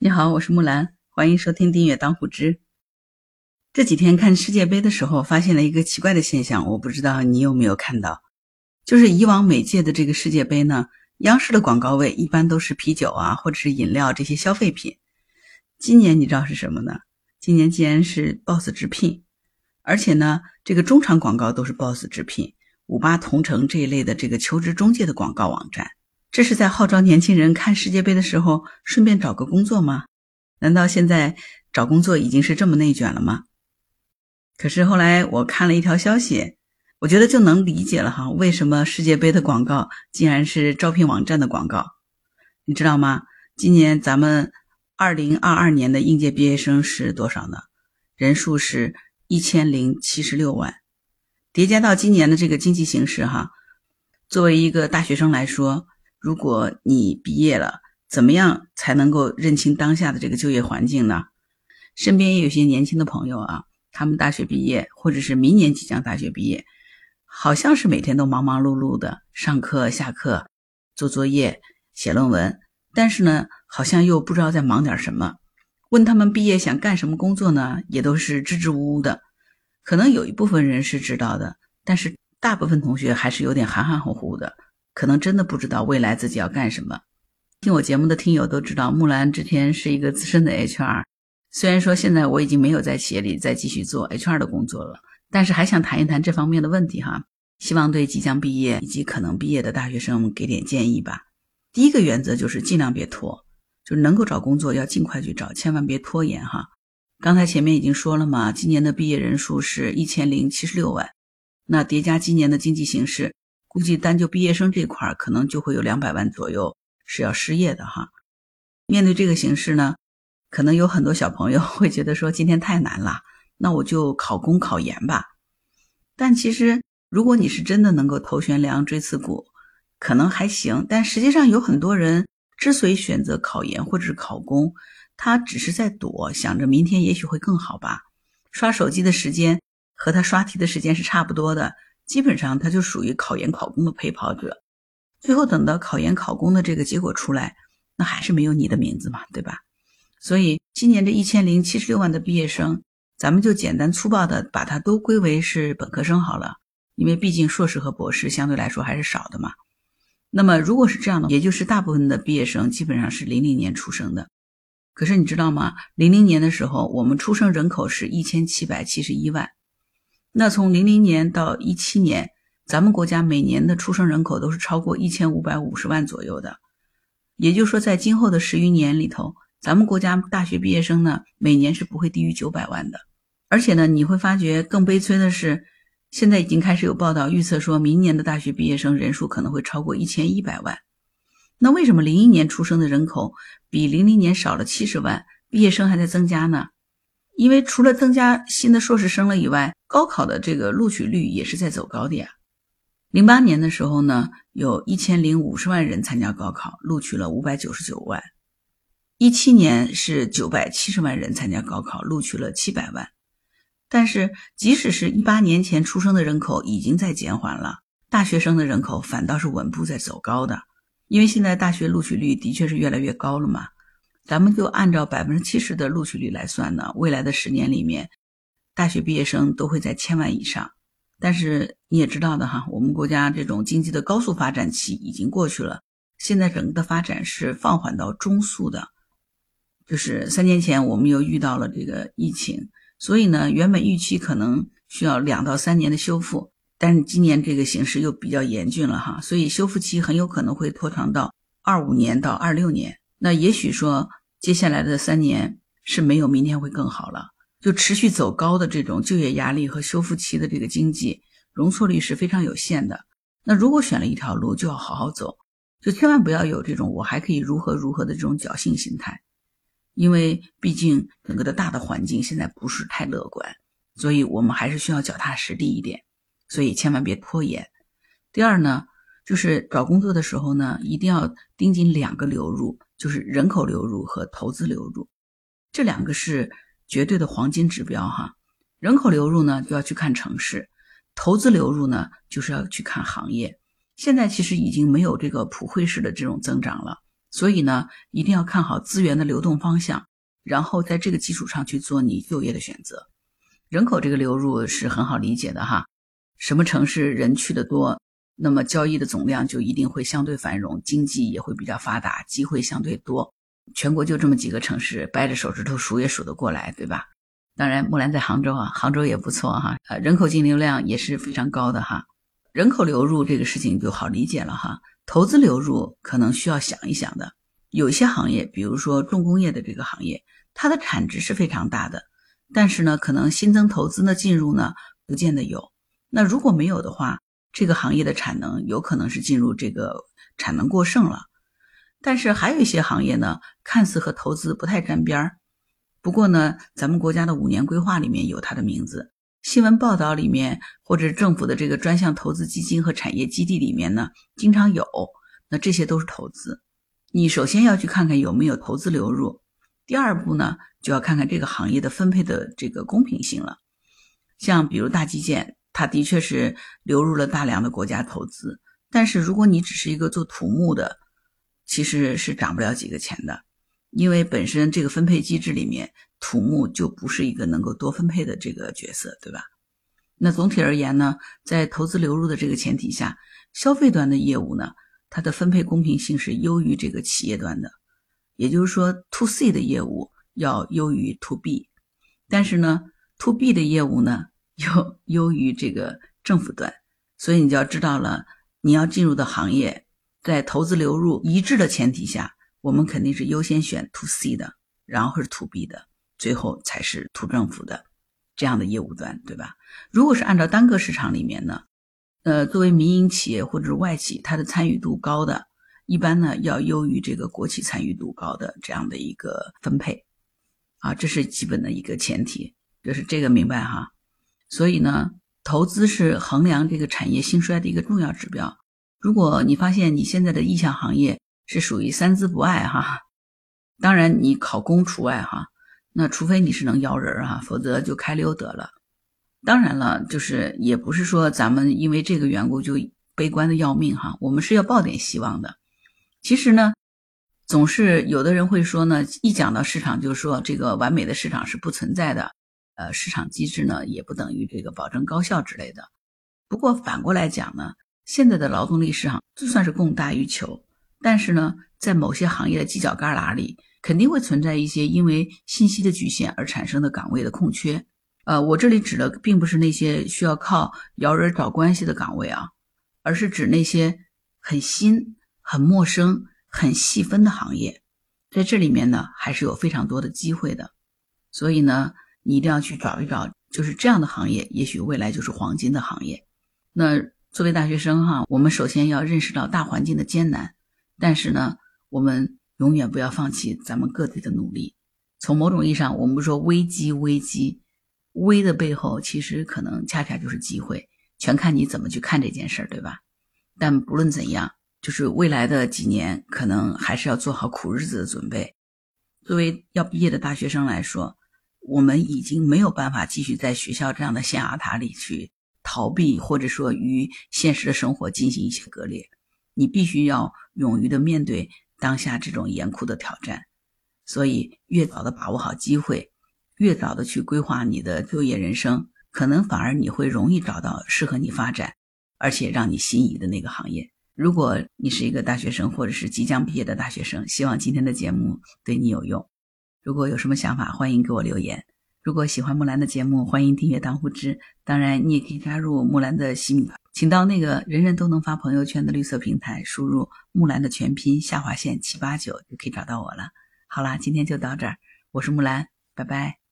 你好，我是木兰，欢迎收听订阅当户知。这几天看世界杯的时候发现了一个奇怪的现象，我不知道你有没有看到，就是以往每届的这个世界杯呢，央视的广告位一般都是啤酒啊或者是饮料这些消费品。今年你知道是什么呢？今年竟然是 BOSS 直聘，而且呢这个中场广告都是 BOSS 直聘，58同城这一类的这个求职中介的广告网站。这是在号召年轻人看世界杯的时候顺便找个工作吗？难道现在找工作已经是这么内卷了吗？可是后来我看了一条消息，我觉得就能理解了哈，为什么世界杯的广告竟然是招聘网站的广告。你知道吗？今年咱们2022年的应届毕业生是多少呢？人数是1076万。叠加到今年的这个经济形势哈，作为一个大学生来说，如果你毕业了，怎么样才能够认清当下的这个就业环境呢？身边也有些年轻的朋友啊，他们大学毕业或者是明年即将大学毕业，好像是每天都忙忙碌碌的上课下课做作业写论文，但是呢好像又不知道在忙点什么。问他们毕业想干什么工作呢，也都是支支吾吾的。可能有一部分人是知道的，但是大部分同学还是有点含含糊糊的，可能真的不知道未来自己要干什么。听我节目的听友都知道，木兰之前是一个资深的 HR， 虽然说现在我已经没有在企业里再继续做 HR 的工作了，但是还想谈一谈这方面的问题哈，希望对即将毕业以及可能毕业的大学生给点建议吧。第一个原则就是尽量别拖，就是能够找工作要尽快去找，千万别拖延哈。刚才前面已经说了嘛，今年的毕业人数是1076万，那叠加今年的经济形势，估计单就毕业生这块可能就会有200万左右是要失业的哈。面对这个形势呢，可能有很多小朋友会觉得说今天太难了，那我就考公考研吧。但其实如果你是真的能够头悬梁锥刺股，可能还行，但实际上有很多人之所以选择考研或者是考公，他只是在躲，想着明天也许会更好吧。刷手机的时间和他刷题的时间是差不多的，基本上他就属于考研考公的陪跑者。最后等到考研考公的这个结果出来，那还是没有你的名字嘛，对吧？所以今年这1076万的毕业生，咱们就简单粗暴的把它都归为是本科生好了，因为毕竟硕士和博士相对来说还是少的嘛。那么如果是这样的，也就是大部分的毕业生基本上是00年出生的。可是你知道吗？00年的时候我们出生人口是1771万，那从00年到17年，咱们国家每年的出生人口都是超过1550万左右的。也就是说在今后的10余年里头，咱们国家大学毕业生呢，每年是不会低于900万的。而且呢，你会发觉更悲催的是，现在已经开始有报道预测说明年的大学毕业生人数可能会超过1100万。那为什么01年出生的人口比00年少了70万，毕业生还在增加呢？因为除了增加新的硕士生了以外，高考的这个录取率也是在走高的呀。08年的时候呢，有1050万人参加高考，录取了599万。17年是970万人参加高考，录取了700万。但是即使是18年前出生的人口已经在减缓了，大学生的人口反倒是稳步在走高的。因为现在大学录取率的确是越来越高了嘛，咱们就按照 70% 的录取率来算呢，未来的10年里面，大学毕业生都会在1000万以上。但是你也知道的哈，我们国家这种经济的高速发展期已经过去了，现在整个的发展是放缓到中速的。就是3年前我们又遇到了这个疫情，所以呢，原本预期可能需要2到3年的修复，但是今年这个形势又比较严峻了哈，所以修复期很有可能会拖长到25年到26年。那也许说接下来的3年是没有明天会更好了，就持续走高的这种就业压力和修复期的这个经济容错率是非常有限的。那如果选了一条路就要好好走，就千万不要有这种我还可以如何如何的这种侥幸心态，因为毕竟整个的大的环境现在不是太乐观，所以我们还是需要脚踏实地一点，所以千万别拖延。第二呢，就是找工作的时候呢，一定要盯紧2个流入，就是人口流入和投资流入，这2个是绝对的黄金指标哈。人口流入呢就要去看城市，投资流入呢就是要去看行业。现在其实已经没有这个普惠式的这种增长了， 所以呢，一定要看好资源的流动方向，然后在这个基础上去做你就业的选择。人口这个流入是很好理解的哈，什么城市人去的多，那么交易的总量就一定会相对繁荣，经济也会比较发达，机会相对多。全国就这么几个城市，掰着手指头数也数得过来，对吧？当然木兰在杭州啊，杭州也不错哈，人口净流量也是非常高的哈。人口流入这个事情就好理解了哈，投资流入可能需要想一想的。有一些行业，比如说重工业的这个行业，它的产值是非常大的，但是呢，可能新增投资的进入呢，不见得有。那如果没有的话，这个行业的产能有可能是进入这个产能过剩了。但是还有一些行业呢，看似和投资不太沾边儿，不过呢，咱们国家的5年规划里面有它的名字，新闻报道里面或者政府的这个专项投资基金和产业基地里面呢，经常有，那这些都是投资。你首先要去看看有没有投资流入，第二步呢，就要看看这个行业的分配的这个公平性了。像比如大基建，它的确是流入了大量的国家投资，但是如果你只是一个做土木的，其实是涨不了几个钱的，因为本身这个分配机制里面，土木就不是一个能够多分配的这个角色，对吧？那总体而言呢，在投资流入的这个前提下，消费端的业务呢，它的分配公平性是优于这个企业端的，也就是说 to C 的业务要优于 to B， 但是呢 to B 的业务呢又优于这个政府端，所以你就要知道了，你要进入的行业在投资流入一致的前提下，我们肯定是优先选 to C 的，然后是 to B 的，最后才是 to 政府的这样的业务端，对吧？如果是按照单个市场里面呢，作为民营企业或者是外企，它的参与度高的，一般呢要优于这个国企参与度高的这样的一个分配啊，这是基本的一个前提，就是这个明白哈。所以呢，投资是衡量这个产业兴衰的一个重要指标。如果你发现你现在的意向行业是属于三资不爱哈，当然你考公除外哈，那除非你是能摇人哈，否则就开溜得了。当然了，就是也不是说咱们因为这个缘故就悲观的要命哈，我们是要抱点希望的。其实呢，总是有的人会说呢，一讲到市场就说这个完美的市场是不存在的，市场机制呢也不等于这个保证高效之类的。不过反过来讲呢，现在的劳动力市场就算是供大于求，但是呢，在某些行业的犄角旮旯里，肯定会存在一些因为信息的局限而产生的岗位的空缺。我这里指的并不是那些需要靠摇人找关系的岗位啊，而是指那些很新、很陌生、很细分的行业。在这里面呢，还是有非常多的机会的。所以呢，你一定要去找一找，就是这样的行业，也许未来就是黄金的行业。那作为大学生哈，我们首先要认识到大环境的艰难，但是呢，我们永远不要放弃咱们各自的努力。从某种意义上，我们不说危机，危的背后其实可能恰恰就是机会，全看你怎么去看这件事，对吧？但不论怎样，就是未来的几年可能还是要做好苦日子的准备。作为要毕业的大学生来说，我们已经没有办法继续在学校这样的象牙塔里去逃避，或者说与现实的生活进行一些割裂。你必须要勇于的面对当下这种严酷的挑战，所以越早的把握好机会，越早的去规划你的就业人生，可能反而你会容易找到适合你发展而且让你心仪的那个行业。如果你是一个大学生或者是即将毕业的大学生，希望今天的节目对你有用。如果有什么想法，欢迎给我留言。如果喜欢木兰的节目，欢迎订阅当户知。当然你也可以加入木兰的洗米团，请到那个人人都能发朋友圈的绿色平台，输入木兰的全拼下划线789就可以找到我了。好啦，今天就到这儿，我是木兰，拜拜。